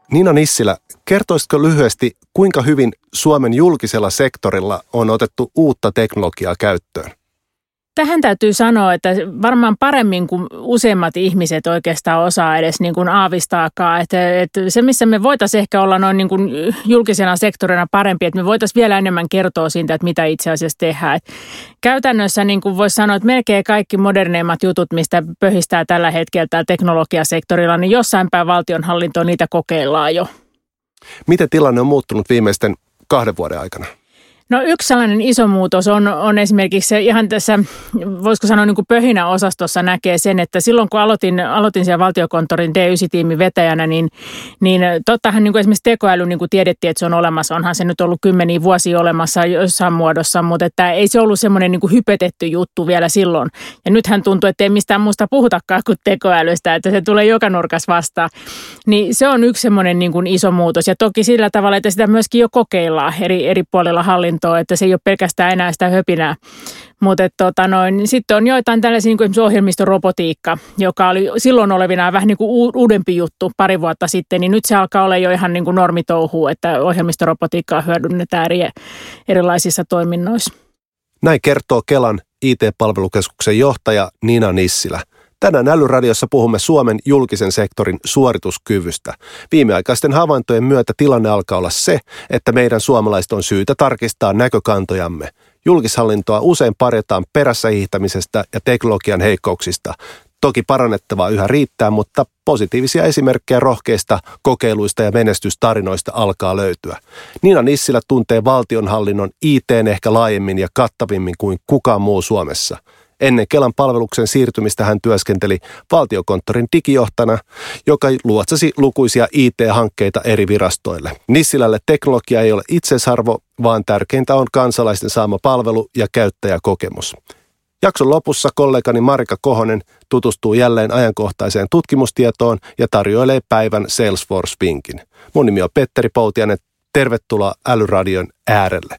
Niina Nissilä, kertoisitko lyhyesti, kuinka hyvin Suomen julkisella sektorilla on otettu uutta teknologiaa käyttöön? Tähän täytyy sanoa, että varmaan paremmin kuin useimmat ihmiset oikeastaan osaa edes niin kuin aavistaakaan. Että se, missä me voitaisiin ehkä olla noin niin kuin julkisena sektorina parempi, että me voitaisiin vielä enemmän kertoa siitä, että mitä itse asiassa tehdään. Että käytännössä niin kuin voisi sanoa, että melkein kaikki moderneimmat jutut, mistä pöhistää tällä hetkellä täällä teknologiasektorilla, niin jossain päin valtionhallintoon niitä kokeillaan jo. Miten tilanne on muuttunut viimeisten 2 vuoden aikana? No yksi sellainen iso muutos on esimerkiksi se ihan tässä, voisiko sanoa niin kuin pöhinäosastossa näkee sen, että silloin kun aloitin siellä Valtiokonttorin D9-tiimin vetäjänä, niin tottahan niin kuin esimerkiksi tekoäly, niin kuin tiedettiin, että se on olemassa, onhan se nyt ollut 10 vuosia olemassa jossain muodossa, mutta että ei se ollut semmoinen niin kuin hypetetty juttu vielä silloin. Ja nythän tuntuu, että ei mistään muusta puhutakaan kuin tekoälystä, että se tulee joka nurkassa vastaan. Niin se on yksi semmoinen niin kuin iso muutos ja toki sillä tavalla, että sitä myöskin jo kokeillaan eri puolilla hallintoa, että se ei ole pelkästään enää sitä höpinää. Mutta sitten on joitain tällaisia niin kuin esimerkiksi ohjelmistorobotiikka, joka oli silloin olevinaan vähän niin kuin uudempi juttu 2 vuotta sitten, niin nyt se alkaa olla jo ihan niin kuin normitouhuu, että ohjelmistorobotiikkaa hyödynnetään erilaisissa toiminnoissa. Näin kertoo Kelan IT-palvelukeskuksen johtaja Niina Nissilä. Tänään Älyradiossa puhumme Suomen julkisen sektorin suorituskyvystä. Viimeaikaisten havaintojen myötä tilanne alkaa olla se, että meidän suomalaiset on syytä tarkistaa näkökantojamme. Julkishallintoa usein parjataan perässä hiihtämisestä ja teknologian heikkouksista. Toki parannettavaa yhä riittää, mutta positiivisia esimerkkejä rohkeista kokeiluista ja menestystarinoista alkaa löytyä. Niina Nissilä tuntee valtionhallinnon IT:n ehkä laajemmin ja kattavimmin kuin kukaan muu Suomessa. Ennen Kelan palveluksen siirtymistä hän työskenteli Valtiokonttorin digijohtana, joka luotsasi lukuisia IT-hankkeita eri virastoille. Nissilälle teknologia ei ole itseisarvo, vaan tärkeintä on kansalaisten saama palvelu ja käyttäjäkokemus. Jakson lopussa kollegani Marika Kohonen tutustuu jälleen ajankohtaiseen tutkimustietoon ja tarjoilee päivän Salesforce-vinkin. Mun nimi on Petteri Poutiainen. Tervetuloa Älyradion äärelle.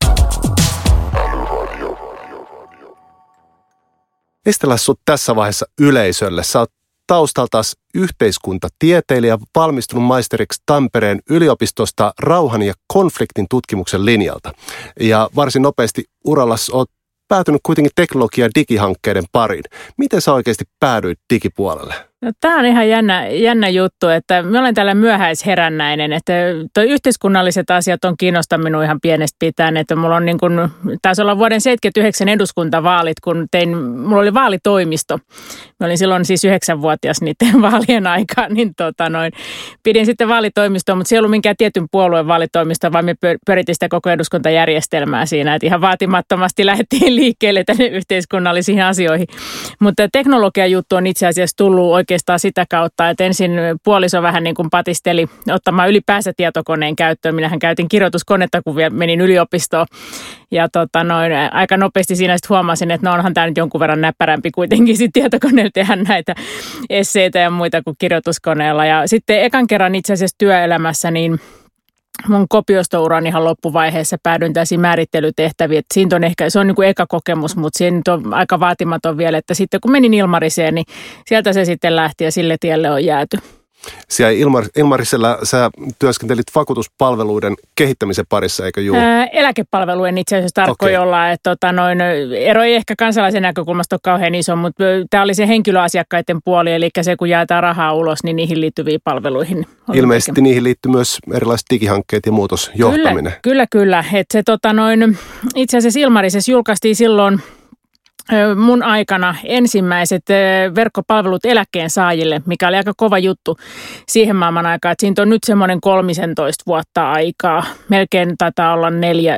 Esitellä sut tässä vaiheessa yleisölle. Sä oot taustaltaas yhteiskuntatieteilijä, valmistunut maisteriksi Tampereen yliopistosta rauhan ja konfliktin tutkimuksen linjalta. Ja varsin nopeasti urallas oot päätynyt kuitenkin teknologia- ja digihankkeiden pariin. Miten sä oikeasti päädyit digipuolelle? No, tämä on ihan jännä juttu, että mä olen täällä myöhäisherännäinen, että yhteiskunnalliset asiat on kiinnostanut minua ihan pienestä pitäen, että mulla on niin kuin, taisi olla vuoden 1979 eduskuntavaalit, kun mulla oli vaalitoimisto. Mä olin silloin siis 9-vuotias niiden vaalien aikaan, niin pidin sitten vaalitoimistoa, mutta se ei ollut minkään tietyn puolueen vaalitoimisto, vaan me pyöritin sitä koko eduskuntajärjestelmää siinä, että ihan vaatimattomasti lähdettiin liikkeelle tänne yhteiskunnallisiin asioihin. Mutta teknologiajuttu on itse asiassa tullut oikeastaan sitä kautta, että ensin puoliso vähän niin kuin patisteli ottamaan ylipäänsä tietokoneen käyttöön. Minähän käytin kirjoituskonetta, kun vielä menin yliopistoon. Ja aika nopeasti siinä sitten huomasin, että no onhan tämä nyt jonkun verran näppärämpi kuitenkin sitten tietokoneella tehdä näitä esseitä ja muita kuin kirjoituskoneella. Ja sitten ekan kerran itse asiassa työelämässä, niin mun kopioustouran ihan loppuvaiheessa päädyin täysin määrittelytehtäviin. Että siinä on ehkä, se on niin kuin eka kokemus, mutta siinä nyt on aika vaatimaton vielä, että sitten kun menin Ilmariseen, niin sieltä se sitten lähti ja sille tielle on jääty. Siellä Ilmarisella sä työskentelit vakuutuspalveluiden kehittämisen parissa, eikö juu? Eläkepalvelujen itse asiassa tarkkoi olla, että ero ei ehkä kansalaisen näkökulmasta ole kauhean iso, mutta tämä oli se henkilöasiakkaiden puoli, eli se kun jaetaan rahaa ulos, niin niihin liittyviin palveluihin. Ilmeisesti niihin liittyy myös erilaiset digihankkeet ja muutosjohtaminen. Kyllä. Että se itse asiassa Ilmarisessa julkaistiin silloin mun aikana ensimmäiset verkkopalvelut eläkkeensaajille, mikä oli aika kova juttu siihen maailman aikaan. Että siitä on nyt semmoinen 13 vuotta aikaa. Melkein taitaa olla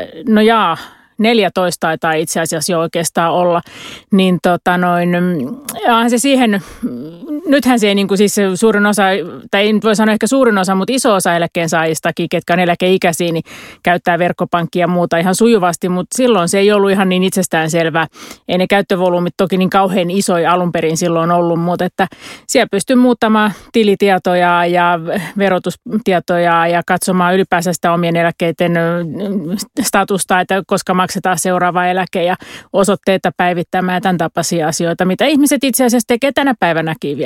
14 taitaa itse asiassa jo oikeastaan olla. Niin se siihen, nythän se ei niin kuin siis suurin osa, tai ei nyt voi sanoa ehkä suurin osa, mutta iso osa eläkkeensaajistakin, ketkä on eläkeikäisiä, niin käyttää verkkopankkia ja muuta ihan sujuvasti, mutta silloin se ei ollut ihan niin itsestäänselvää. Ei ne käyttövolyymit toki niin kauhean isoja alun perin silloin ollut, mutta että siellä pystyy muuttamaan tilitietoja ja verotustietoja ja katsomaan ylipäänsä sitä omien eläkkeiden statusta, että koska maksetaan seuraava eläke ja osoitteita päivittämään ja tämän tapaisia asioita, mitä ihmiset itse asiassa tekee tänä päivänäkin vielä.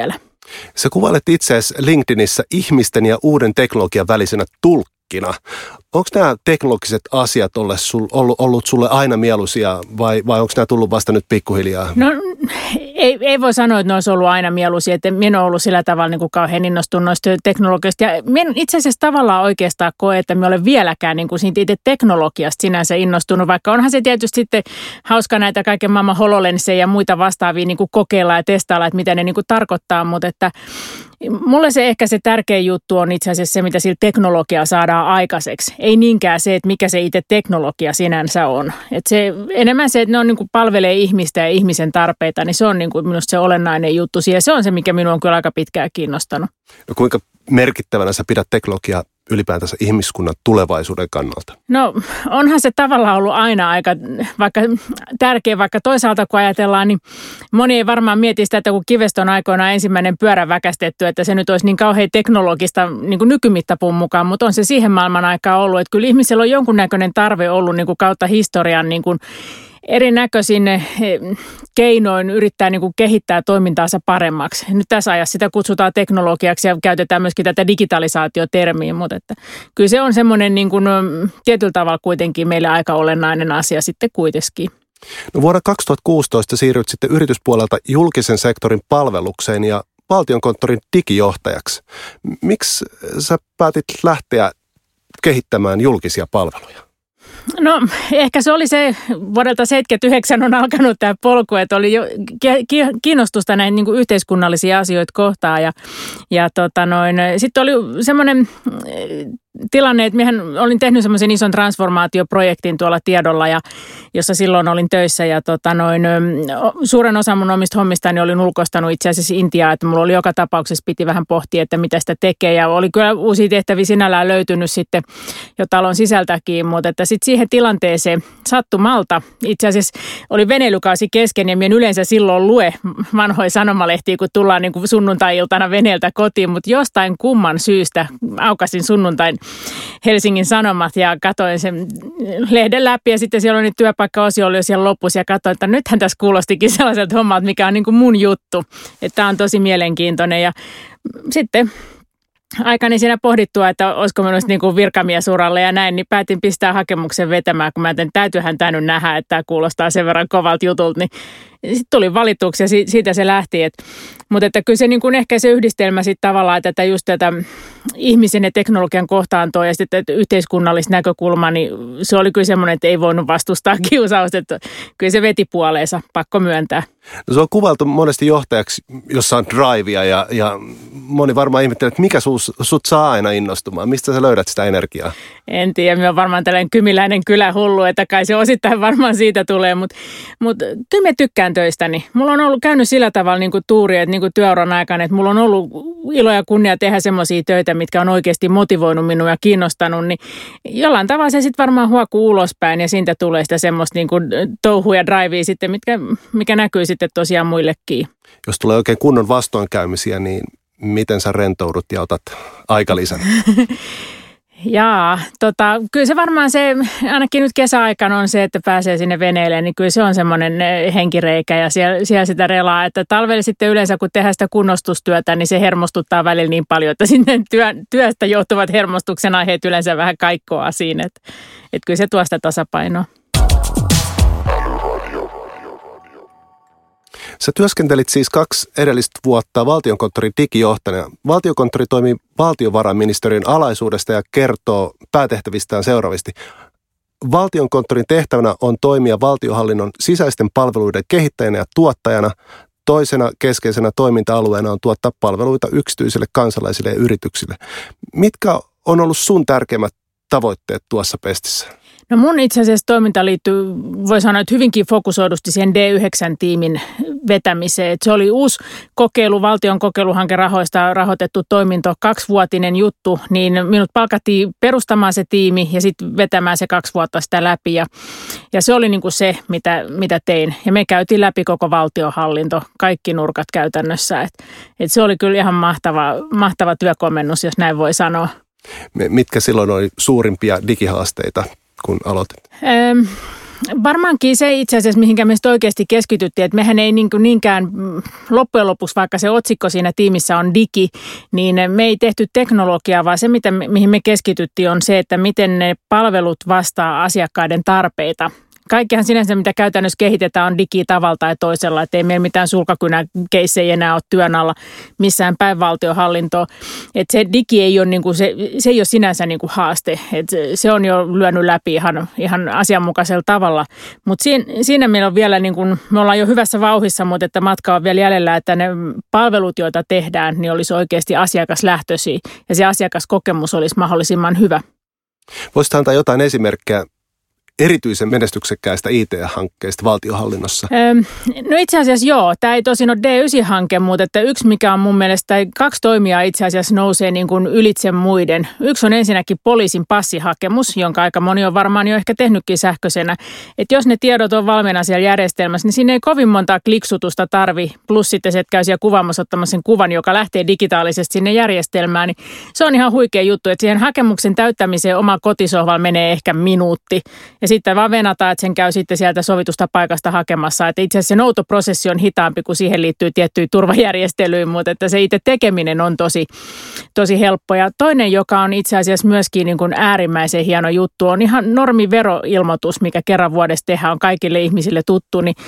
Sä kuvailet itseäsi LinkedInissä ihmisten ja uuden teknologian välisenä tulkkina. Onko nämä teknologiset asiat ollut sulle aina mieluisia vai onko nämä tullut vasta nyt pikkuhiljaa? No ei voi sanoa, että ne olisi ollut aina mieluisia. Että minä olen ollut sillä tavalla niin kuin kauhean innostunut noista teknologioista. Ja minä itse asiassa tavallaan oikeastaan koe, että minä olen vieläkään niin kuin siitä itse teknologiasta sinänsä innostunut. Vaikka onhan se tietysti sitten hauska näitä kaiken maailman HoloLensseja ja muita vastaavia niin kuin kokeilla ja testailla, että mitä ne niin kuin tarkoittaa. Mutta että mulle se ehkä se tärkein juttu on itse asiassa se, mitä sillä teknologiaa saadaan aikaiseksi. Ei niinkään se, että mikä se itse teknologia sinänsä on. Että se, enemmän se, että ne on niin kuin palvelee ihmistä ja ihmisen tarpeita, niin se on niin kuin minusta se olennainen juttu siihen. Se on se, mikä minua on kyllä aika pitkään kiinnostanut. No kuinka merkittävänä sä pidät teknologiaa ylipäätänsä ihmiskunnan tulevaisuuden kannalta? No onhan se tavallaan ollut aina aika tärkeä, vaikka toisaalta kun ajatellaan, niin moni ei varmaan mieti sitä, että kun kivestä on aikoinaan ensimmäinen pyörä väkästetty, että se nyt olisi niin kauhean teknologista niin kuin nykymittapuun mukaan, mutta on se siihen maailman aikaan ollut, että kyllä ihmisellä on jonkunnäköinen tarve ollut niin kuin kautta historian niin kuin erinäköisin keinoin yrittää niin kuin kehittää toimintaansa paremmaksi. Nyt tässä ajassa sitä kutsutaan teknologiaksi ja käytetään myöskin tätä digitalisaatiotermiä, mutta että kyllä se on semmoinen niin kuin tietyllä tavalla kuitenkin meille aika olennainen asia sitten kuitenkin. No vuonna 2016 siirryt sitten yrityspuolelta julkisen sektorin palvelukseen ja Valtionkonttorin digijohtajaksi. Miksi sä päätit lähteä kehittämään julkisia palveluja? No ehkä se oli se, vuodelta 1979 on alkanut tämä polku, että oli jo kiinnostusta näihin niin kuin yhteiskunnallisia asioita kohtaan ja sitten oli semmoinen tilanne, että minähän olin tehnyt semmoisen ison transformaatioprojektin tuolla Tiedolla, jossa silloin olin töissä ja suuren osa mun omista hommistani olin ulkoistanut itse asiassa Intiaa, että mulla oli joka tapauksessa piti vähän pohtia, että mitä sitä tekee ja oli kyllä uusia tehtäviä sinällään löytynyt sitten jo talon sisältäkin, mutta että sitten siihen tilanteeseen sattumalta itse asiassa oli veneilykausi kesken ja minä yleensä silloin lue vanhoja sanomalehtiä, kun tullaan niin kuin sunnuntai-iltana veneeltä kotiin, mutta jostain kumman syystä aukasin sunnuntain Helsingin Sanomat ja katsoin sen lehden läpi ja sitten siellä oli työpaikkaosio oli jo siellä lopussa ja katsoin, että nythän tässä kuulostikin sellaiselta hommalta, mikä on niin kuin mun juttu, että tämä on tosi mielenkiintoinen ja sitten aikani siinä pohdittua, että olisiko minun niin kuin virkamiesuralle ja näin, niin päätin pistää hakemuksen vetämään, kun mä ajattelin, että täytyyhän tämä nyt nähdä, että tämä kuulostaa sen verran kovalta jutulta, niin sitten tuli valituksi ja siitä se lähti. Mutta että kyllä se niin kuin ehkä se yhdistelmä sitten tavallaan, että just tätä ihmisen ja teknologian kohtaantoa ja sitten yhteiskunnallista näkökulmaa, niin se oli kyllä semmoinen, että ei voinut vastustaa kiusausta, että kyllä se veti puoleensa, pakko myöntää. No se on kuvailtu monesti johtajaksi, jossa on drivea ja moni varmaan ihmettelee, että mikä sut saa aina innostumaan, mistä sä löydät sitä energiaa? En tiedä, minä olen varmaan tällainen kymiläinen kylähullu, että kai se osittain varmaan siitä tulee, mutta kyllä mä tykkään töistäni. Mulla on ollut käynyt sillä tavalla niin kuin tuuri, että niin kuin työuran aikana, että mulla on ollut ilo ja kunnia tehdä semmoisia töitä, mitkä on oikeasti motivoinut minua ja kiinnostanut, niin jollain tavalla se sitten varmaan huokuu ulospäin ja siitä tulee sitä semmoista niin kuin touhua ja drivea sitten, mikä näkyy sitten tosiaan muillekin. Jos tulee oikein kunnon vastoinkäymisiä, niin miten sä rentoudut ja otat aikalisän? Jaa, kyllä se varmaan se, ainakin nyt kesäaikana on se, että pääsee sinne veneelle, niin kyllä se on semmoinen henkireikä ja siellä sitä relaa, että talvella sitten yleensä kun tehdään sitä kunnostustyötä, niin se hermostuttaa välillä niin paljon, että sinne työstä johtuvat hermostuksen aiheet yleensä vähän kaikkoa siinä, että kyllä se tuo sitä tasapainoa. Sä työskentelit siis 2 edellistä vuotta Valtionkonttorin digijohtajana. Valtiokonttori toimii valtiovarainministeriön alaisuudesta ja kertoo päätehtävistään seuraavasti. Valtionkonttorin tehtävänä on toimia valtionhallinnon sisäisten palveluiden kehittäjänä ja tuottajana. Toisena keskeisenä toiminta-alueena on tuottaa palveluita yksityisille kansalaisille ja yrityksille. Mitkä on ollut sun tärkeimmät tavoitteet tuossa pestissä? No mun itse asiassa toiminta liittyy, voi sanoa, että hyvinkin fokusoidusti siihen D9-tiimin vetämiseen. Että se oli uusi kokeilu, valtion kokeiluhankerahoista rahoitettu toiminto, 2-vuotinen juttu, niin minut palkattiin perustamaan se tiimi ja sitten vetämään se 2 vuotta sitä läpi. Ja se oli niin kuin se, mitä tein. Ja me käytiin läpi koko valtionhallinto, kaikki nurkat käytännössä. Et se oli kyllä ihan mahtava työkomennus, jos näin voi sanoa. Mitkä silloin oli suurimpia digihaasteita, kun aloitit? Varmaankin se itse asiassa, mihinkä me oikeasti keskityttiin, että mehän ei niinkään loppujen lopuksi, vaikka se otsikko siinä tiimissä on digi, niin me ei tehty teknologiaa, vaan se, mihin me keskityttiin, on se, että miten ne palvelut vastaa asiakkaiden tarpeita. Kaikkihan sinänsä, mitä käytännössä kehitetään, on digi tavalla tai toisella, että ei meillä mitään sulkakynäkeissejä enää ole työn alla missään päin valtionhallintoa. Että se digi ei ole, niinku, se ei ole sinänsä niinku haaste, että se on jo lyönyt läpi ihan asianmukaisella tavalla. Mutta siinä meillä on vielä, niinku, me ollaan jo hyvässä vauhissa, mutta että matka on vielä jäljellä, että ne palvelut, joita tehdään, niin olisi oikeasti asiakaslähtöisiä ja se asiakaskokemus olisi mahdollisimman hyvä. Voisitko antaa jotain esimerkkejä erityisen menestyksekkäistä IT-hankkeista valtionhallinnossa? No itse asiassa joo. Tämä ei tosin ole D9-hanke, mutta että yksi mikä on mun mielestä, tai 2 toimijaa itse asiassa nousee niin kuin ylitse muiden. Yksi on ensinnäkin poliisin passihakemus, jonka aika moni on varmaan jo ehkä tehnytkin sähköisenä. Että jos ne tiedot on valmiina siellä järjestelmässä, niin siinä ei kovin montaa kliksutusta tarvi. Plus sitten se, että käy siellä kuvaamassa ottamassa sen kuvan, joka lähtee digitaalisesti sinne järjestelmään. Niin se on ihan huikea juttu, että siihen hakemuksen täyttämiseen oma kotisohvalla menee ehkä minuutti. Ja sitten vaan venataan, että sen käy sitten sieltä sovitusta paikasta hakemassa. Että itse asiassa se noutoprosessi on hitaampi, kun siihen liittyy tiettyjä turvajärjestelyjä, mutta että se itse tekeminen on tosi helppo. Ja toinen, joka on itse asiassa myöskin niin kuin äärimmäisen hieno juttu, on ihan normiveroilmoitus, mikä kerran vuodessa tehdään, on kaikille ihmisille tuttu, niin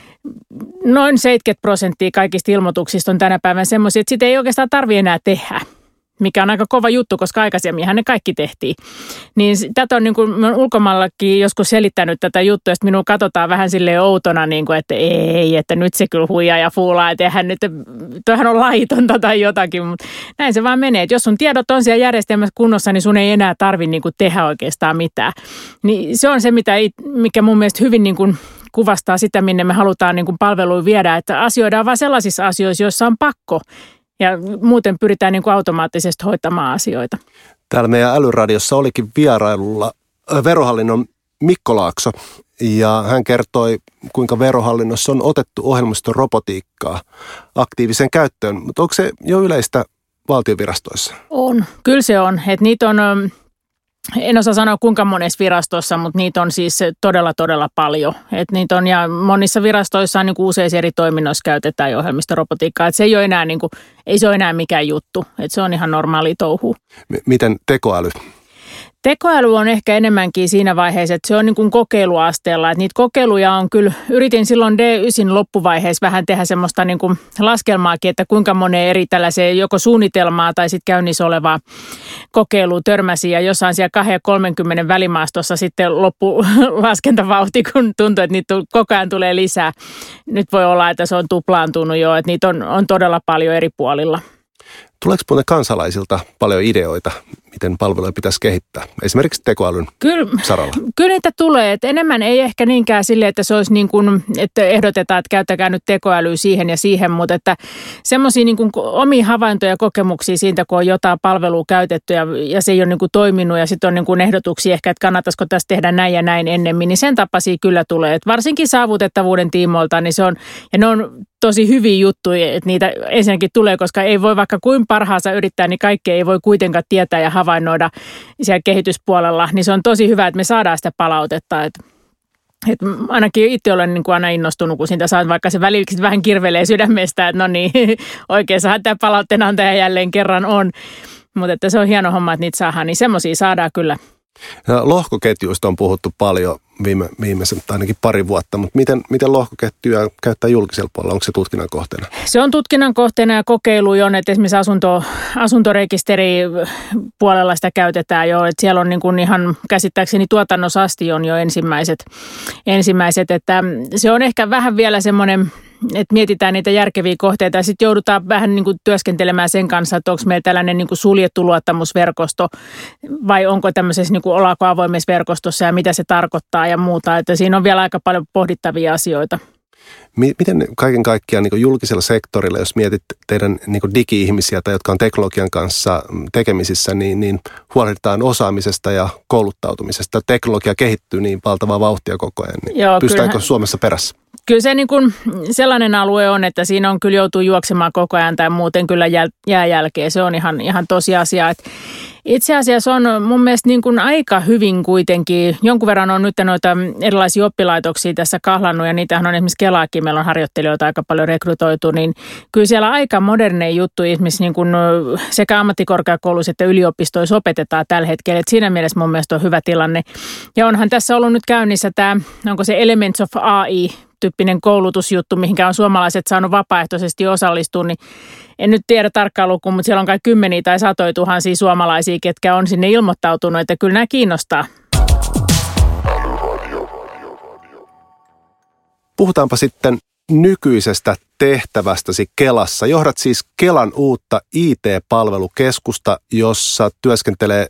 noin 70% kaikista ilmoituksista on tänä päivänä semmoisia, että sitä ei oikeastaan tarvitse enää tehdä, mikä on aika kova juttu, koska aikaisemminhan ne kaikki tehtiin. Niin tätä on niin kuin, mä olen ulkomaillakin joskus selittänyt tätä juttua, ja sitten minua katsotaan vähän silleen outona, niin kuin, että ei, että nyt se kyllä huijaa ja fuulaa, että eihän nyt, toihan on laitonta tai jotakin, mutta näin se vaan menee. Että jos sun tiedot on siellä järjestelmässä kunnossa, niin sun ei enää tarvitse niin kuin tehdä oikeastaan mitään. Niin se on se, mikä mun mielestä hyvin niin kuin kuvastaa sitä, minne me halutaan niin kuin palveluja viedä, että asioidaan vaan sellaisissa asioissa, joissa on pakko. Ja muuten pyritään niin kuin automaattisesti hoitamaan asioita. Täällä meidän Älyradiossa olikin vierailulla Verohallinnon Mikko Laakso. Ja hän kertoi, kuinka Verohallinnossa on otettu ohjelmistorobotiikkaa aktiiviseen käyttöön. Mutta onko se jo yleistä valtiovirastoissa? On. Kyllä se on. Että niitä on, en osaa sanoa kuinka monessa virastossa, mutta niitä on siis todella paljon. Et niitä on, ja monissa virastoissa on niin kuin useissa eri toiminnoissa käytetään jo ohjelmistorobotiikkaa. Et se ei ole enää, niin kuin, ei se ole enää mikään juttu. Et se on ihan normaali touhu. Miten tekoäly? Tekoäly on ehkä enemmänkin siinä vaiheessa, että se on niin kuin kokeiluasteella. Että niitä kokeiluja on kyllä, yritin silloin D9 loppuvaiheessa vähän tehdä semmoista niin kuin laskelmaakin, että kuinka monen eri tällaiseen joko suunnitelmaa tai sitten käynnissä olevaa kokeilua törmäsi. Ja jossain siellä 2 ja 30 välimaastossa sitten loppulaskentavauhti, kun tuntuu, että niitä koko ajan tulee lisää. Nyt voi olla, että se on tuplaantunut jo, että niitä on todella paljon eri puolilla. Tuleeko muuten kansalaisilta paljon ideoita, miten palveluja pitäisi kehittää, esimerkiksi tekoälyn saralla? Kyllä niitä tulee, että enemmän ei ehkä niinkään sille, että se olisi niin kuin, että ehdotetaan, että käyttäkää nyt tekoälyä siihen ja siihen, mutta että semmoisia niin kuin omia havaintoja ja kokemuksia siitä, kun on jotain palvelua käytetty ja se ei ole niin kuin toiminut ja sitten on niin kuin ehdotuksia ehkä, että kannattaisiko tässä tehdä näin ja näin ennemmin, niin sen tapaisia kyllä tulee. Että varsinkin saavutettavuuden tiimoilta, niin se on, ja ne on tosi hyviä juttuja, että niitä ensinnäkin tulee, koska ei voi vaikka kuin parhaansa yrittää, niin kaikkea ei voi kuitenkaan tietää ja havainnoida siellä kehityspuolella. Niin se on tosi hyvä, että me saadaan sitä palautetta. Että ainakin itse olen niin kuin aina innostunut, kun siitä saa, vaikka se välillä vähän kirvelee sydämestä, että no niin, oikeastaan tämä palautteen antaja jälleen kerran on. Mutta että se on hieno homma, että niitä saadaan, niin semmoisia saadaan kyllä. Lohkoketjuista on puhuttu paljon viimeisen ainakin pari vuotta, mutta miten lohkoketjuja käyttää julkisella puolella? Onko se tutkinnan kohteena? Se on tutkinnan kohteena ja kokeilu on, että esimerkiksi asuntorekisteri puolella sitä käytetään jo, että siellä on niin kuin ihan käsittääkseni tuotannossa asti on jo ensimmäiset, että se on ehkä vähän vielä semmoinen, että mietitään niitä järkeviä kohteita ja sitten joudutaan vähän niin kuin työskentelemään sen kanssa, että onko meillä tällainen niin kuin suljettu luottamusverkosto vai onko tämmöisessä niin kuin ollaanko avoimessa verkostossa ja mitä se tarkoittaa ja muuta, että siinä on vielä aika paljon pohdittavia asioita. Miten kaiken kaikkiaan niin kuin julkisella sektorilla, jos mietit teidän niin kuin digi-ihmisiä tai jotka on teknologian kanssa tekemisissä, niin huolehditaan osaamisesta ja kouluttautumisesta. Teknologia kehittyy niin valtavaa vauhtia koko ajan. Niin pystytäänkö Suomessa perässä? Kyllä se niin kuin sellainen alue on, että siinä on kyllä joutuu juoksemaan koko ajan tai muuten kyllä jää jälkeen. Se on ihan tosiasia. Että itse asiassa on mun mielestä niin kuin aika hyvin kuitenkin. Jonkun verran on nyt noita erilaisia oppilaitoksia tässä kahlannut ja niitähän on esimerkiksi Kelaakin. Meillä on harjoittelijoita aika paljon rekrytoitu, niin kyllä siellä aika moderneja juttuja esimerkiksi niin kuin sekä ammattikorkeakouluissa että yliopistoissa opetetaan tällä hetkellä. Et siinä mielessä mun mielestä on hyvä tilanne. Ja onhan tässä ollut nyt käynnissä tämä, onko se Elements of AI-tyyppinen koulutusjuttu, mihinkä on suomalaiset saanut vapaaehtoisesti osallistua, niin en nyt tiedä tarkkaan lukuun, mutta siellä on kai kymmeniä tai satoja tuhansia suomalaisia, ketkä on sinne ilmoittautunut, että kyllä nämä kiinnostaa. Puhutaanpa sitten nykyisestä tehtävästäsi Kelassa. Johdat siis Kelan uutta IT-palvelukeskusta, jossa työskentelee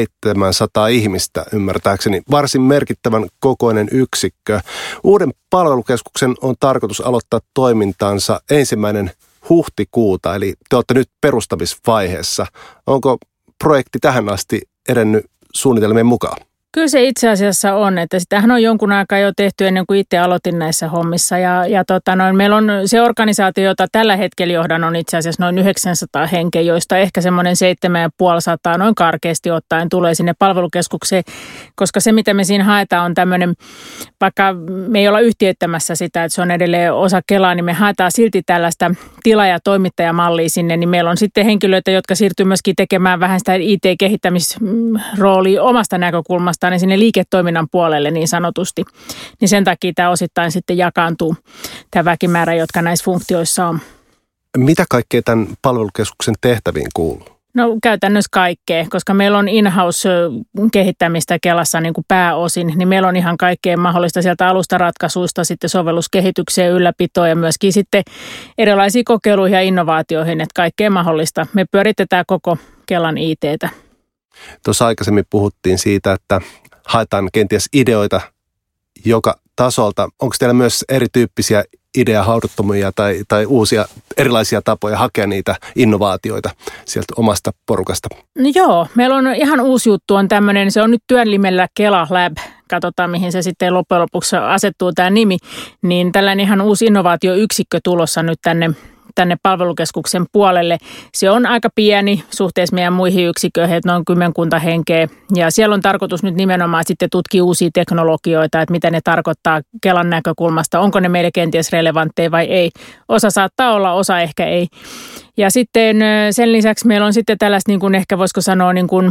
700 ihmistä, ymmärtääkseni. Varsin merkittävän kokoinen yksikkö. Uuden palvelukeskuksen on tarkoitus aloittaa toimintansa 1. huhtikuuta, eli te olette nyt perustamisvaiheessa. Onko projekti tähän asti edennyt suunnitelmien mukaan? Kyllä se itse asiassa on, että sitähän on jonkun aikaa jo tehty ennen kuin itse aloitin näissä hommissa. Meillä on se organisaatio, jota tällä hetkellä johdan, on itse asiassa noin 900 henkeä, joista ehkä semmoinen 750 noin karkeasti ottaen tulee sinne palvelukeskukseen, koska se mitä me siinä haetaan on tämmöinen, vaikka me ei olla yhtiöittämässä sitä, että se on edelleen osa Kelaa, niin me haetaan silti tällaista tila- ja toimittajamallia sinne, niin meillä on sitten henkilöitä, jotka siirtyy myöskin tekemään vähän sitä IT-kehittämisroolia omasta näkökulmasta, niin sinne liiketoiminnan puolelle niin sanotusti. Niin sen takia tämä osittain sitten jakaantuu, tämä väkimäärä, jotka näissä funktioissa on. Mitä kaikkea tämän palvelukeskuksen tehtäviin kuuluu? No käytännössä kaikkea, koska meillä on in-house-kehittämistä Kelassa niin kuin pääosin, niin meillä on ihan kaikkea mahdollista sieltä alustaratkaisuista, sitten sovelluskehitykseen, ylläpitoon ja myöskin sitten erilaisiin kokeiluihin ja innovaatioihin, että kaikkea mahdollista. Me pyöritetään koko Kelan IT:tä. Tuossa aikaisemmin puhuttiin siitä, että haetaan kenties ideoita joka tasolta. Onko teillä myös erityyppisiä ideahauduttomia tai uusia erilaisia tapoja hakea niitä innovaatioita sieltä omasta porukasta? No joo, meillä on ihan uusi juttu on tämmöinen, se on nyt työn nimellä Kela Lab. Katsotaan, mihin se sitten loppujen lopuksi asettuu tämä nimi. Niin tällainen ihan uusi innovaatioyksikkö tulossa nyt tänne palvelukeskuksen puolelle. Se on aika pieni suhteessa meidän muihin yksiköihin, että noin 10 henkeä. Ja siellä on tarkoitus nyt nimenomaan sitten tutkia uusia teknologioita, että mitä ne tarkoittaa Kelan näkökulmasta. Onko ne meille kenties relevantteja vai ei. Osa saattaa olla, osa ehkä ei. Ja sitten sen lisäksi meillä on sitten tällaista, niin kuin ehkä voisiko sanoa, niin kuin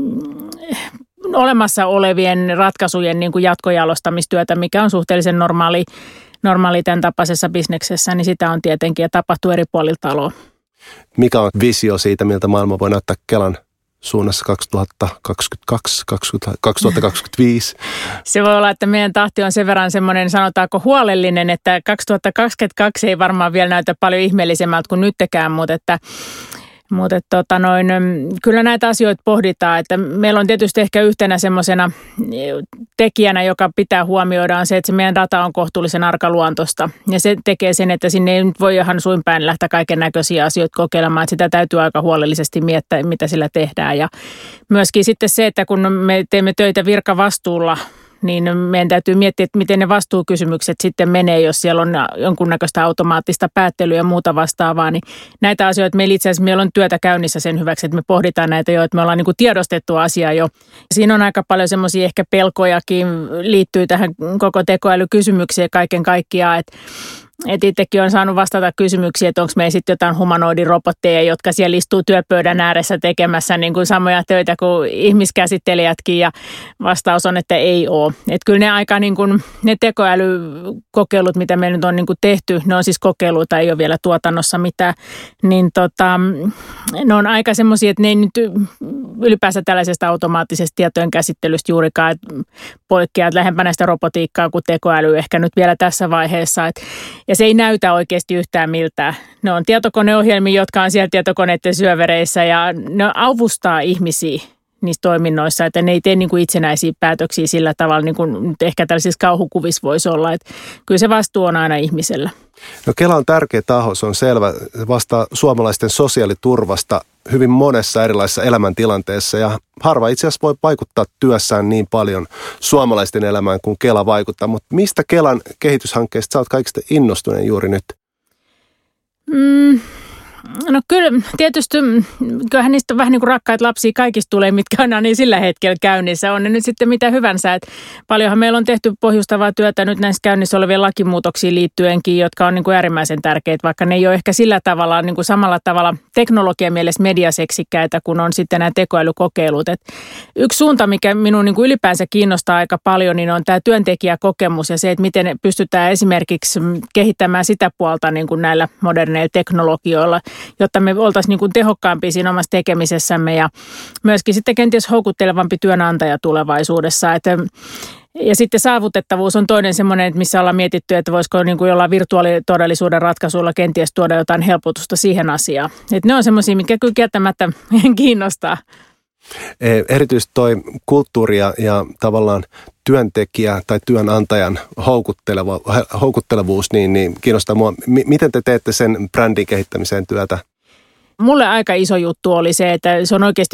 olemassa olevien ratkaisujen niin kuin jatkojalostamistyötä, mikä on suhteellisen normaali tämän tapaisessa bisneksessä, niin sitä on tietenkin ja tapahtuu eri puolilla taloa. Mikä on visio siitä, miltä maailma voi näyttää Kelan suunnassa 2025? Se voi olla, että meidän tahti on sen verran semmoinen, sanotaanko huolellinen, että 2022 ei varmaan vielä näytä paljon ihmeellisemmältä kuin nyttekään, mutta kyllä näitä asioita pohditaan, että meillä on tietysti ehkä yhtenä semmoisena tekijänä, joka pitää huomioida on se, että se meidän data on kohtuullisen arkaluontoista ja se tekee sen, että sinne ei nyt voi ihan suinpäin lähteä kaiken näköisiä asioita kokeilemaan, että sitä täytyy aika huolellisesti miettiä, mitä sillä tehdään ja myöskin sitten se, että kun me teemme töitä virkavastuulla, niin meidän täytyy miettiä, että miten ne vastuukysymykset sitten menee, jos siellä on jonkunnäköistä automaattista päättelyä ja muuta vastaavaa. Niin näitä asioita meillä itse asiassa meillä on työtä käynnissä sen hyväksi, että me pohditaan näitä jo, että me ollaan niin kuin tiedostettu asiaa jo. Siinä on aika paljon semmoisia ehkä pelkojakin liittyy tähän koko tekoälykysymykseen kaiken kaikkiaan, että itsekin on saanut vastata kysymyksiä, että onko meillä sitten jotain humanoidirobotteja, jotka siellä istuu työpöydän ääressä tekemässä niin kuin samoja töitä kuin ihmiskäsittelijätkin ja vastaus on, että ei ole. Että kyllä ne aika niin kuin, ne tekoälykokeilut, mitä me nyt on niin kuin tehty, ne on siis kokeiluita, ei ole vielä tuotannossa mitään, niin ne on aika semmoisia, että ne ei nyt ylipäänsä tällaisesta automaattisesta tietojen käsittelystä juurikaan poikkeaa lähempänä sitä robotiikkaa kuin tekoäly ehkä nyt vielä tässä vaiheessa, ja se ei näytä oikeasti yhtään miltään. Ne on tietokoneohjelmia, jotka on siellä tietokoneiden syövereissä ja ne avustaa ihmisiä niissä toiminnoissa, että ne ei tee niin kuin itsenäisiä päätöksiä sillä tavalla, niin kuin ehkä tällaisissa kauhukuvissa voisi olla. Että kyllä se vastuu on aina ihmisellä. No Kela on tärkeä taho, se on selvä. Se vastaa suomalaisten sosiaaliturvasta. hyvin monessa erilaisessa elämäntilanteessa ja harva itse asiassa voi vaikuttaa työssään niin paljon suomalaisten elämään kuin Kela vaikuttaa. Mutta mistä Kelan kehityshankkeesta sä oot kaikista innostuneen juuri nyt? No kyllä, tietysti kyllähän niistä on vähän niin kuin rakkaita lapsia kaikista tulee, mitkä on niin sillä hetkellä käynnissä. On ne nyt sitten mitä hyvänsä. Että paljonhan meillä on tehty pohjustavaa työtä nyt näissä käynnissä olevien lakimuutoksiin liittyenkin, jotka on niin kuin äärimmäisen tärkeitä, vaikka ne ei ole ehkä sillä tavalla niin kuin samalla tavalla teknologian mielessä mediaseksikkäitä, kun on sitten nämä tekoälykokeilut. Et yksi suunta, mikä minun niin kuin ylipäänsä kiinnostaa aika paljon, niin on tämä työntekijäkokemus ja se, että miten pystytään esimerkiksi kehittämään sitä puolta niin kuin näillä moderneilla teknologioilla, jotta me oltaisiin niin kuin tehokkaampia siinä omassa tekemisessämme ja myöskin sitten kenties houkuttelevampi työnantaja tulevaisuudessa. Ja sitten saavutettavuus on toinen semmoinen, että missä ollaan mietitty, että voisiko niin kuin jollain virtuaalitodellisuuden ratkaisuilla kenties tuoda jotain helpotusta siihen asiaan. Että ne on semmoisia, mitkä kyllä kieltämättä kiinnostaa. Erityisesti toi kulttuuri ja tavallaan työntekijä tai työnantajan houkuttelevuus niin kiinnostaa mua. Miten te teette sen brändin kehittämiseen työtä? Mulle aika iso juttu oli se, että se on oikeasti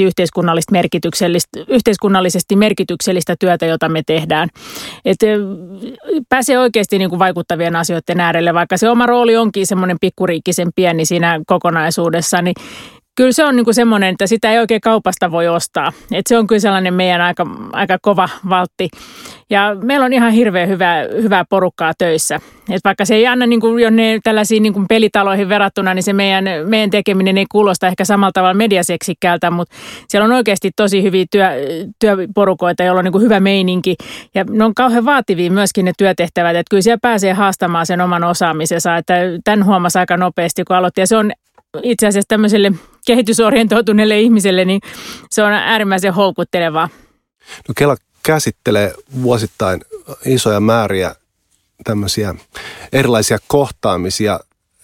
yhteiskunnallisesti merkityksellistä työtä, jota me tehdään. Että pääsee oikeasti niin kuin vaikuttavien asioiden äärelle, vaikka se oma rooli onkin semmoinen pikkuriikkisen pieni siinä kokonaisuudessa, niin kyllä se on niin kuin semmoinen, että sitä ei oikein kaupasta voi ostaa. Että se on kyllä sellainen meidän aika kova valtti. Ja meillä on ihan hirveän hyvää porukkaa töissä. Että vaikka se ei anna niin kuin jonne tällaisiin niin kuin pelitaloihin verrattuna, niin se meidän tekeminen ei kuulosta ehkä samalla tavalla mediaseksikkäältä, mutta siellä on oikeasti tosi hyviä työporukoita, joilla on niin kuin hyvä meininki. Ja ne on kauhean vaativia myöskin ne työtehtävät, että kyllä siellä pääsee haastamaan sen oman osaamisensa. Että tämän huomasi aika nopeasti, kun aloitti. Ja se on itse asiassa tämmöiselle kehitysorientoituneelle ihmiselle, niin se on äärimmäisen houkuttelevaa. No Kela käsittelee vuosittain isoja määriä tämmöisiä erilaisia kohtaamisia.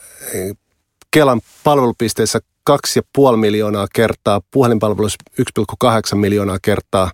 Kelan palvelupisteissä 2,5 miljoonaa kertaa, puhelinpalveluissa 1,8 miljoonaa kertaa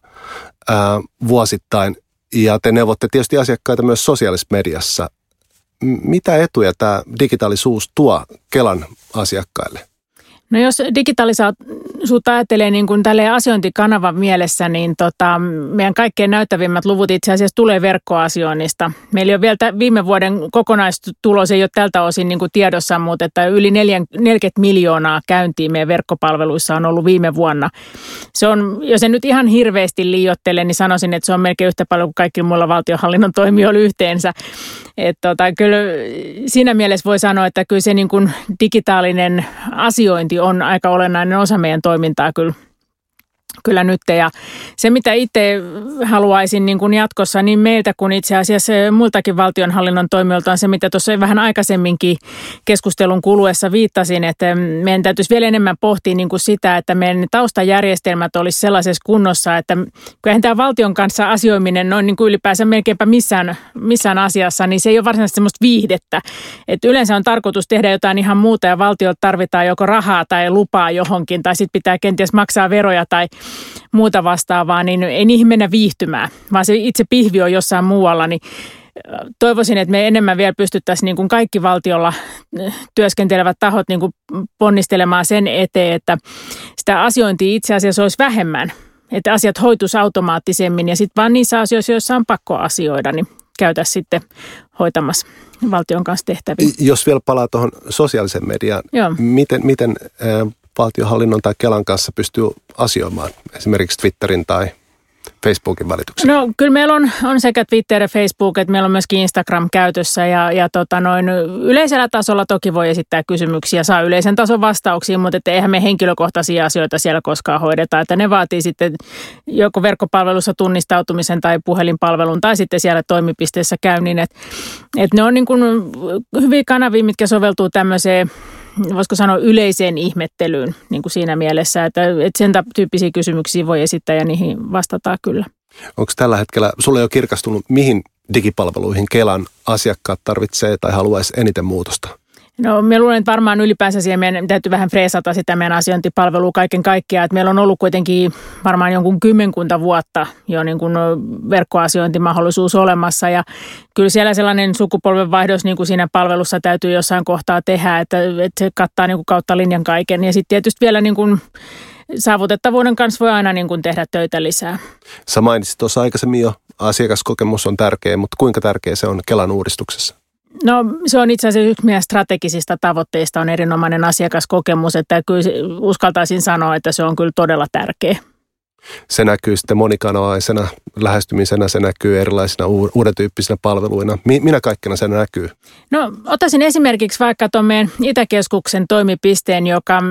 vuosittain. Ja te neuvotte tietysti asiakkaita myös sosiaalisessa mediassa. Mitä etuja tämä digitaalisuus tuo Kelan asiakkaille? No jos digitaalisuutta ajattelee niin kuin tälleen asiointikanavan mielessä, niin meidän kaikkein näyttävimmät luvut itse asiassa tulee verkkoasioinnista. Meillä on vielä viime vuoden kokonaistulos ei ole tältä osin niin kuin tiedossa, mutta että yli 40 miljoonaa käyntiä meidän verkkopalveluissa on ollut viime vuonna. Se on, jos en nyt ihan hirveästi liioittele, niin sanoisin, että se on melkein yhtä paljon kuin kaikki muilla valtionhallinnon toimijoilla yhteensä. Että kyllä siinä mielessä voi sanoa, että kyllä se niin kuin digitaalinen asiointi on aika olennainen osa meidän toimintaa kyllä nyt. Ja se, mitä itse haluaisin niin kuin jatkossa niin meiltä kuin itse asiassa muiltakin valtionhallinnon toimijoilta on se, mitä tuossa vähän aikaisemminkin keskustelun kuluessa viittasin, että meidän täytyisi vielä enemmän pohtia niin kuin sitä, että meidän taustajärjestelmät olisi sellaisessa kunnossa, että kun tämä valtion kanssa asioiminen noin niin kuin ylipäänsä melkeinpä missään asiassa, niin se ei ole varsinaisesti semmoista viihdettä. Että yleensä on tarkoitus tehdä jotain ihan muuta ja valtiolta tarvitaan joko rahaa tai lupaa johonkin tai sitten pitää kenties maksaa veroja tai muuta vastaavaa, niin ei niihin mennä viihtymään, vaan se itse pihvi on jossain muualla, niin toivoisin, että me enemmän vielä pystyttäisiin niin kuin kaikki valtiolla työskentelevät tahot niin kuin ponnistelemaan sen eteen, että sitä asiointia itse asiassa olisi vähemmän, että asiat hoituisi automaattisemmin ja sitten vaan niissä asioissa, joissa on pakko asioida, niin käytäisiin sitten hoitamassa valtion kanssa tehtäviä. Jos vielä palaa tuohon sosiaalisen mediaan, miten valtionhallinnon tai Kelan kanssa pystyy asioimaan esimerkiksi Twitterin tai Facebookin välityksellä? No kyllä meillä on sekä Twitter ja Facebook, että meillä on myöskin Instagram käytössä ja yleisellä tasolla toki voi esittää kysymyksiä, saa yleisen tason vastauksia, mutta että eihän me henkilökohtaisia asioita siellä koskaan hoideta, että ne vaatii sitten joko verkkopalvelussa tunnistautumisen tai puhelinpalvelun tai sitten siellä toimipisteessä käynnin, että ne on niin kuin hyviä kanavia, mitkä soveltuu tämmöiseen, voisiko sanoa yleiseen ihmettelyyn niin kuin siinä mielessä, että sen tyyppisiä kysymyksiä voi esittää ja niihin vastataan kyllä. Onko tällä hetkellä, sulle jo kirkastunut, mihin digipalveluihin Kelan asiakkaat tarvitsee tai haluaisi eniten muutosta? No mä luulen, että varmaan ylipäänsä siihen meidän täytyy vähän freesata sitä meidän asiointipalvelua kaiken kaikkiaan. Että meillä on ollut kuitenkin varmaan jonkun 10 vuotta jo niin kuin verkkoasiointimahdollisuus olemassa. Ja kyllä siellä sellainen sukupolvenvaihdos niin kuin siinä palvelussa täytyy jossain kohtaa tehdä, että se kattaa niin kuin kautta linjan kaiken. Ja sitten tietysti vielä niin kuin saavutettavuuden kanssa voi aina niin kuin tehdä töitä lisää. Sä mainitsit tuossa aikaisemmin jo, asiakaskokemus on tärkeä, mutta kuinka tärkeä se on Kelan uudistuksessa? No se on itse asiassa yksi meidän strategisista tavoitteista on erinomainen asiakaskokemus, että kyllä uskaltaisin sanoa, että se on kyllä todella tärkeä. Se näkyy sitten monikanavaisena lähestymisenä, se näkyy erilaisina uuden tyyppisinä palveluina. Minä kaikkena se näkyy? No ottaisin esimerkiksi vaikka tuon meidän Itäkeskuksen toimipisteen,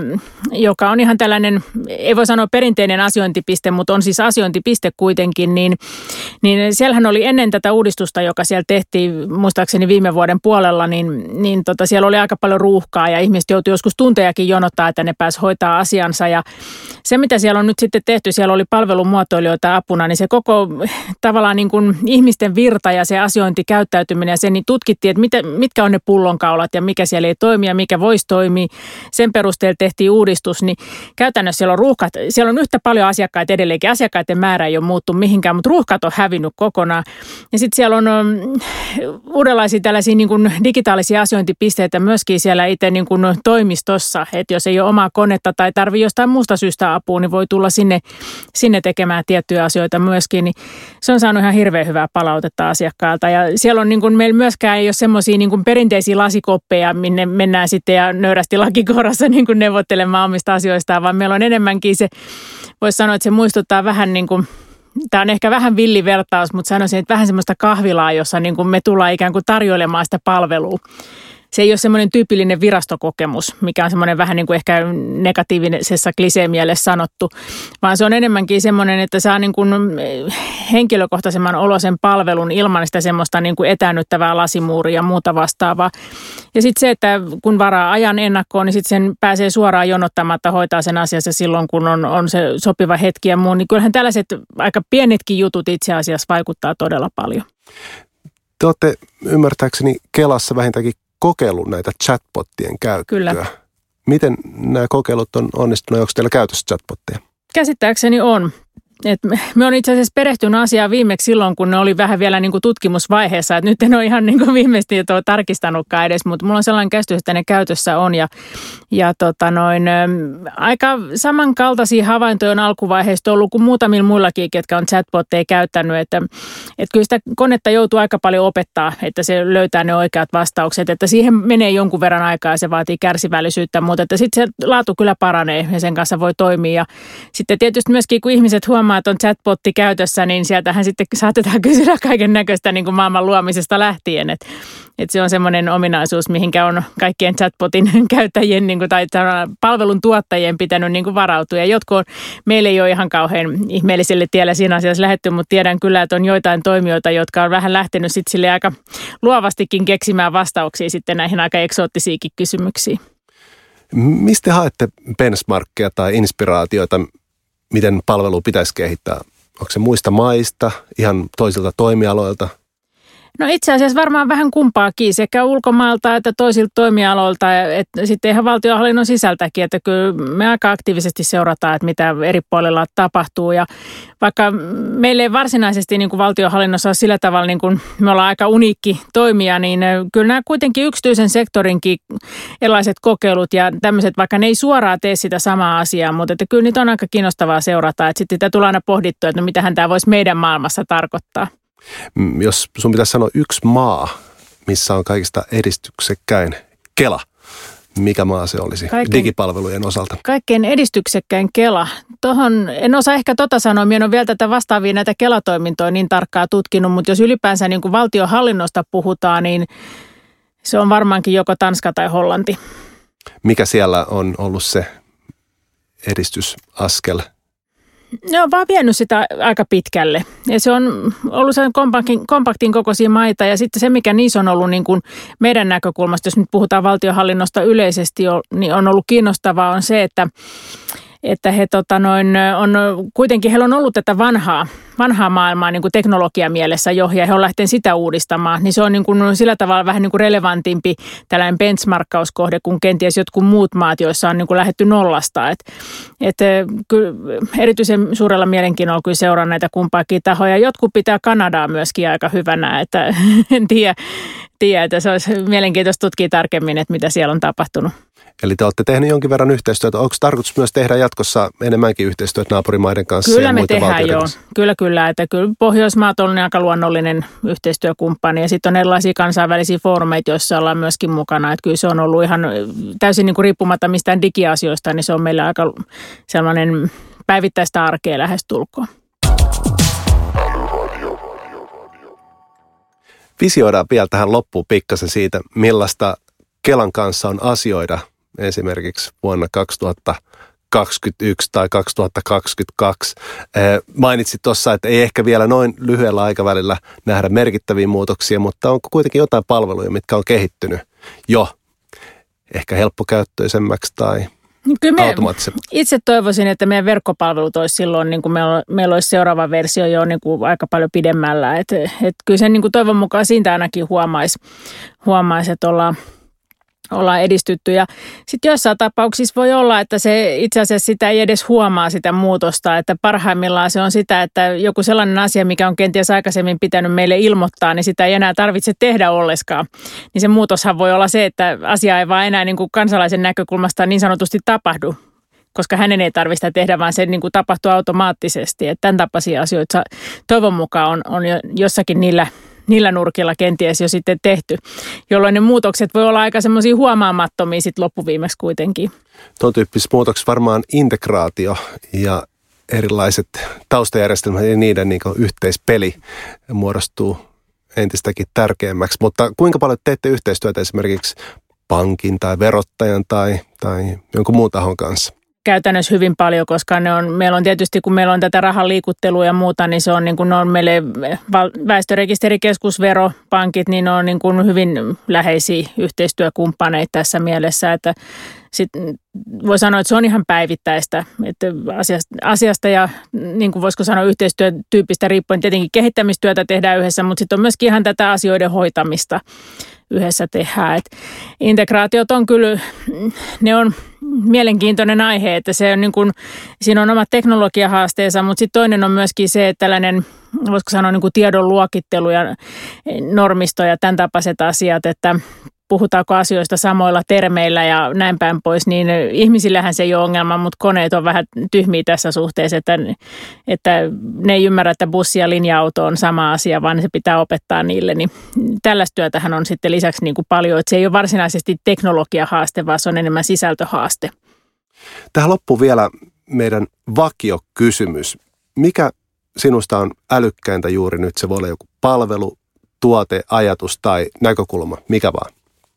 joka on ihan tällainen, ei voi sanoa perinteinen asiointipiste, mutta on siis asiointipiste kuitenkin, niin siellähän oli ennen tätä uudistusta, joka siellä tehtiin muistaakseni viime vuoden puolella, niin siellä oli aika paljon ruuhkaa ja ihmiset joutui joskus tuntejakin jonottaa, että ne pääsi hoitaa asiansa ja se mitä siellä on nyt sitten tehty, siellä oli palvelumuotoilijoita apuna, niin se koko tavallaan niin kuin ihmisten virta ja se asiointikäyttäytyminen ja se, niin tutkittiin, että mitkä on ne pullonkaulat ja mikä siellä ei toimi ja mikä voisi toimia. Sen perusteella tehtiin uudistus, niin käytännössä siellä on ruuhkat, siellä on yhtä paljon asiakkaita edelleenkin. Asiakkaiden määrä ei ole muuttunut mihinkään, mutta ruuhkat on hävinnyt kokonaan. Ja sitten siellä on uudenlaisia tällaisia niin kuin digitaalisia asiointipisteitä myöskin siellä itse niin kuin toimistossa, että jos ei ole omaa konetta tai tarvitse jostain muusta syystä apua, niin voi tulla sinne tekemään tiettyjä asioita myöskin, niin se on saanut ihan hirveän hyvää palautetta asiakkailta. Ja siellä on niin kuin, meillä myöskään ei ole semmoisia niin kuin perinteisiä lasikoppeja, minne mennään sitten ja nöyrästi lakikourassa niin kuin neuvottelemaan omista asioistaan, vaan meillä on enemmänkin se, voisi sanoa, että se muistuttaa vähän niin kuin, tämä on ehkä vähän villivertaus, mutta sanoisin, että vähän semmoista kahvilaa, jossa niin kuin me tullaan ikään kuin tarjoilemaan sitä palvelua. Se ei ole semmoinen tyypillinen virastokokemus, mikä on semmoinen vähän niin kuin ehkä negatiivisessa klisee-mielessä sanottu, vaan se on enemmänkin semmoinen, että saa niin kuin henkilökohtaisemman olosen palvelun ilman sitä semmoista niin kuin etäännyttävää lasimuuria ja muuta vastaavaa. Ja sitten se, että kun varaa ajan ennakkoon, niin sitten sen pääsee suoraan jonottamatta hoitaa sen asiassa silloin, kun on se sopiva hetki ja muu. Niin kyllähän tällaiset aika pienetkin jutut itse asiassa vaikuttaa todella paljon. Te olette ymmärtääkseni Kelassa vähintäänkin kokeillut näitä chatbottien käyttöä. Kyllä. Miten nämä kokeilut on onnistunut? Onko teillä käytössä chatbotteja? Käsittääkseni on. Me on itse asiassa perehtynyt asiaan viimeksi silloin, kun ne oli vähän vielä niin kuin tutkimusvaiheessa. Et nyt en ole ihan niin kuin viimeisesti tarkistanutkaan edes, mutta mulla on sellainen käsitys, että ne käytössä on. Aika samankaltaisia havaintoja on alkuvaiheesta ollut kuin muutamilla muillakin, ketkä on chatbotteja käyttänyt. Että kyllä sitä konetta joutuu aika paljon opettaa, että se löytää ne oikeat vastaukset. Että siihen menee jonkun verran aikaa ja se vaatii kärsivällisyyttä, mutta että sitten se laatu kyllä paranee ja sen kanssa voi toimia. Ja sitten tietysti myöskin, kun ihmiset huomaa, että on chatbotti käytössä, niin sieltähän sitten saatetaan kysyä kaiken näköistä niin kuin maailman luomisesta lähtien. Että se on semmoinen ominaisuus, mihinkä on kaikkien chatbotin käyttäjien niin kuin, tai palvelun tuottajien pitänyt niin kuin varautua. Ja jotkut meillä ei ole ihan kauhean ihmeelliselle tielle siinä asiassa lähdetty, mutta tiedän kyllä, että on joitain toimijoita, jotka on vähän lähtenyt sitten sille aika luovastikin keksimään vastauksia sitten näihin aika eksoottisiinkin kysymyksiin. Mistä haette benchmarkkeja tai inspiraatioita, miten palvelu pitäisi kehittää? Onko se muista maista, ihan toisilta toimialoilta? No itse asiassa varmaan vähän kumpaakin, sekä ulkomailta että toisilta toimialoilta, että sitten ihan valtionhallinnon sisältäkin, että kyllä me aika aktiivisesti seurataan, että mitä eri puolilla tapahtuu. Ja vaikka meillä ei varsinaisesti niin kuin valtionhallinnossa ole sillä tavalla, niin kuin me ollaan aika uniikki toimija, niin kyllä nämä kuitenkin yksityisen sektorinkin erilaiset kokeilut ja tämmöiset, vaikka ne ei suoraan tee sitä samaa asiaa, mutta että kyllä niitä on aika kiinnostavaa seurata, että sitten sitä tulee aina pohdittua, että no mitähän tämä voisi meidän maailmassa tarkoittaa. Jos sun pitäisi sanoa yksi maa, missä on kaikista edistyksekkäin Kela, mikä maa se olisi digipalvelujen osalta? Kaikkein edistyksekkäin Kela. En osaa ehkä sanoa, minä en ole vielä tätä vastaavia näitä Kela-toimintoja niin tarkkaa tutkinut, mutta jos ylipäänsä niin kuin valtionhallinnosta puhutaan, niin se on varmaankin joko Tanska tai Hollanti. Mikä siellä on ollut se edistysaskel? Ne on vaan vienyt sitä aika pitkälle ja se on ollut sen kompaktin kokoisia maita ja sitten se, mikä niissä on ollut niin kuin meidän näkökulmasta, jos nyt puhutaan valtionhallinnosta yleisesti, niin on ollut kiinnostavaa on se, että että he kuitenkin heillä on ollut tätä vanhaa maailmaa niin kuin teknologiamielessä jo, ja he on lähteneet sitä uudistamaan, niin se on niin kuin sillä tavalla vähän niin kuin relevantimpi tällainen benchmarkkauskohde kuin kenties jotkut muut maat, joissa on niin kuin lähdetty nollasta. Että kyllä erityisen suurella mielenkiinnolla kyllä seuraan näitä kumpaakin tahoja. Jotkut pitää Kanadaa myöskin aika hyvänä, että en tiedä, että se olisi mielenkiintoista tutkia tarkemmin, että mitä siellä on tapahtunut. Eli te olette tehneet jonkin verran yhteistyötä. Onko tarkoitus myös tehdä jatkossa enemmänkin yhteistyötä naapurimaiden kanssa kyllä ja muiden valtioiden kanssa? Kyllä. Että kyllä Pohjoismaat on aika luonnollinen yhteistyökumppani ja sitten on erilaisia kansainvälisiä foorumeita, joissa ollaan myöskin mukana. Että kyllä se on ollut ihan täysin niin kuin riippumatta mistään digiasioista, niin se on meillä aika sellainen päivittäistä arkea lähestulkoon. Visioidaan vielä tähän loppuun pikkasen siitä, millaista Kelan kanssa on asioida esimerkiksi vuonna 2021 tai 2022. Mainitsit tuossa, että ei ehkä vielä noin lyhyellä aikavälillä nähdä merkittäviä muutoksia, mutta onko kuitenkin jotain palveluja, mitkä on kehittynyt jo ehkä helppokäyttöisemmäksi tai automaattisemmaksi? Itse toivoisin, että meidän verkkopalvelut olisi silloin, niin kuin meillä olisi seuraava versio jo niin kuin aika paljon pidemmällä. Että kyllä sen niin kuin toivon mukaan siitä ainakin huomaisi, että ollaan edistytty. Ja sitten joissain tapauksissa voi olla, että se itse asiassa sitä ei edes huomaa sitä muutosta, että parhaimmillaan se on sitä, että joku sellainen asia, mikä on kenties aikaisemmin pitänyt meille ilmoittaa, niin sitä ei enää tarvitse tehdä olleskaan. Niin se muutoshan voi olla se, että asia ei vaan enää niin kuin kansalaisen näkökulmasta niin sanotusti tapahdu, koska hänen ei tarvitse sitä tehdä, vaan se niin kuin tapahtuu automaattisesti. Että tämän tapaisia asioita toivon mukaan on jossakin niillä nurkilla kenties jo sitten tehty, jolloin ne muutokset voi olla aika semmoisia huomaamattomia sitten loppuviimeksi kuitenkin. Tuon tyyppisessä muutoksessa varmaan integraatio ja erilaiset taustajärjestelmät ja niiden niin kuin yhteispeli muodostuu entistäkin tärkeämmäksi. Mutta kuinka paljon teette yhteistyötä esimerkiksi pankin tai verottajan tai jonkun muun tahon kanssa? Käytännössä hyvin paljon, koska meillä on tietysti, kun meillä on tätä rahan liikuttelua ja muuta, niin se on niin kuin ne on meille väestörekisterikeskus, veropankit, niin ne on niin kuin hyvin läheisiä yhteistyökumppaneita tässä mielessä, että sitten voi sanoa, että se on ihan päivittäistä, että asiasta ja niin kuin voisiko sanoa yhteistyötyyppistä riippuen tietenkin kehittämistyötä tehdään yhdessä, mutta sitten on myöskin ihan tätä asioiden hoitamista yhdessä tehdään. Et integraatiot on kyllä, ne on mielenkiintoinen aihe, että se on niin kuin, siinä on omat teknologiahaasteensa, mutta sitten toinen on myöskin se, että tällainen, voisiko sanoa niin kuin tiedon luokittelu ja normisto ja tämän tapaiset asiat, että puhutaanko asioista samoilla termeillä ja näin päin pois, niin ihmisillähän se ei ole ongelma, mutta koneet on vähän tyhmiä tässä suhteessa, että ne ei ymmärrä, että bussi ja linja-auto on sama asia, vaan se pitää opettaa niille. Niin tällaista työtähän on sitten lisäksi niin kuin paljon, että se ei ole varsinaisesti teknologiahaaste, vaan se on enemmän sisältöhaaste. Tähän loppuu vielä meidän vakiokysymys. Mikä sinusta on älykkäintä juuri nyt? Se voi olla joku palvelu, tuote, ajatus tai näkökulma, mikä vaan?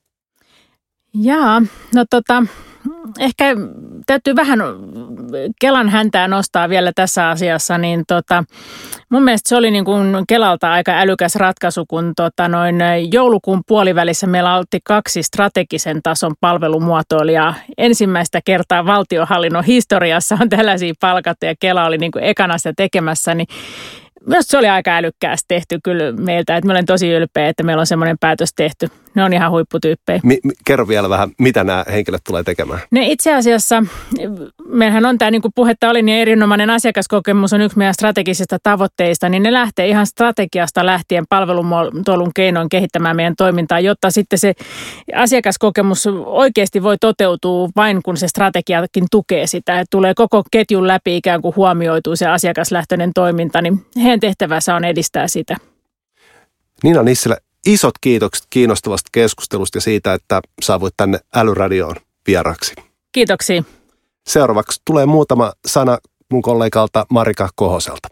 Ehkä täytyy vähän Kelan häntää nostaa vielä tässä asiassa, niin mun mielestä se oli niin kuin Kelalta aika älykäs ratkaisu, kun joulukuun puolivälissä meillä oltiin 2 strategisen tason palvelumuotoilijaa. Ensimmäistä kertaa valtionhallinnon historiassa on tällaisia palkattu ja Kela oli niin kuin ekana sitä tekemässä, niin myös se oli aika älykkäästi tehty kyllä meiltä, että mä olen tosi ylpeä, että meillä on semmoinen päätös tehty. Ne on ihan huipputyyppejä. Kerro vielä vähän, mitä nämä henkilöt tulee tekemään? Ne itse asiassa, meillähän on tämä, niin kuin puhetta oli, niin erinomainen asiakaskokemus on yksi meidän strategisista tavoitteista, niin ne lähtee ihan strategiasta lähtien palvelumuotoilun keinoin kehittämään meidän toimintaa, jotta sitten se asiakaskokemus oikeasti voi toteutua vain, kun se strategiakin tukee sitä. Että tulee koko ketjun läpi ikään kuin huomioituu se asiakaslähtöinen toiminta, niin heidän tehtävänsä on edistää sitä. Niina Nissilä, isot kiitokset kiinnostavasta keskustelusta ja siitä, että saavuit tänne Älyradioon vieraksi. Kiitoksia. Seuraavaksi tulee muutama sana mun kollegalta Marika Kohoselta.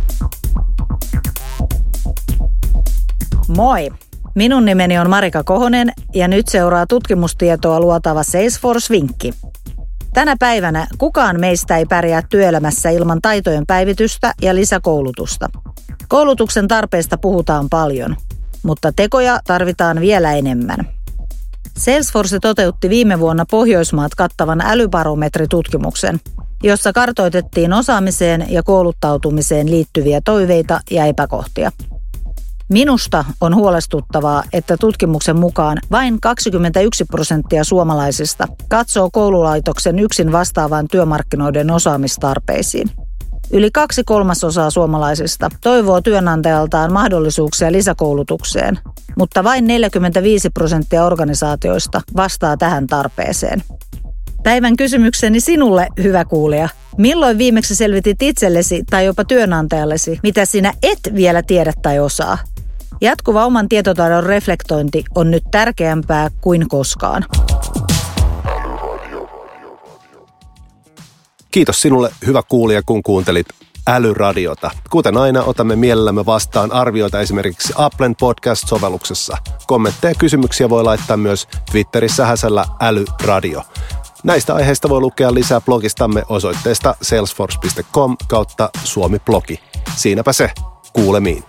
Moi! Minun nimeni on Marika Kohonen ja nyt seuraa tutkimustietoa luotava Salesforce-vinkki. Tänä päivänä kukaan meistä ei pärjää työelämässä ilman taitojen päivitystä ja lisäkoulutusta. Koulutuksen tarpeesta puhutaan paljon, mutta tekoja tarvitaan vielä enemmän. Salesforce toteutti viime vuonna Pohjoismaat kattavan älybarometritutkimuksen, jossa kartoitettiin osaamiseen ja kouluttautumiseen liittyviä toiveita ja epäkohtia. Minusta on huolestuttavaa, että tutkimuksen mukaan vain 21% suomalaisista katsoo koululaitoksen yksin vastaavan työmarkkinoiden osaamistarpeisiin. Yli 2/3 suomalaisista toivoo työnantajaltaan mahdollisuuksia lisäkoulutukseen, mutta vain 45% organisaatioista vastaa tähän tarpeeseen. Päivän kysymykseni sinulle, hyvä kuulija. Milloin viimeksi selvitit itsellesi tai jopa työnantajallesi, mitä sinä et vielä tiedä tai osaa? Jatkuva oman tietotaidon reflektointi on nyt tärkeämpää kuin koskaan. Kiitos sinulle, hyvä kuulija, kun kuuntelit Älyradiota. Kuten aina, otamme mielellämme vastaan arvioita esimerkiksi Applen podcast-sovelluksessa. Kommentteja ja kysymyksiä voi laittaa myös Twitterissä häsällä Älyradio. Näistä aiheista voi lukea lisää blogistamme osoitteesta salesforce.com/Suomi-blogi. Siinäpä se. Kuulemiin.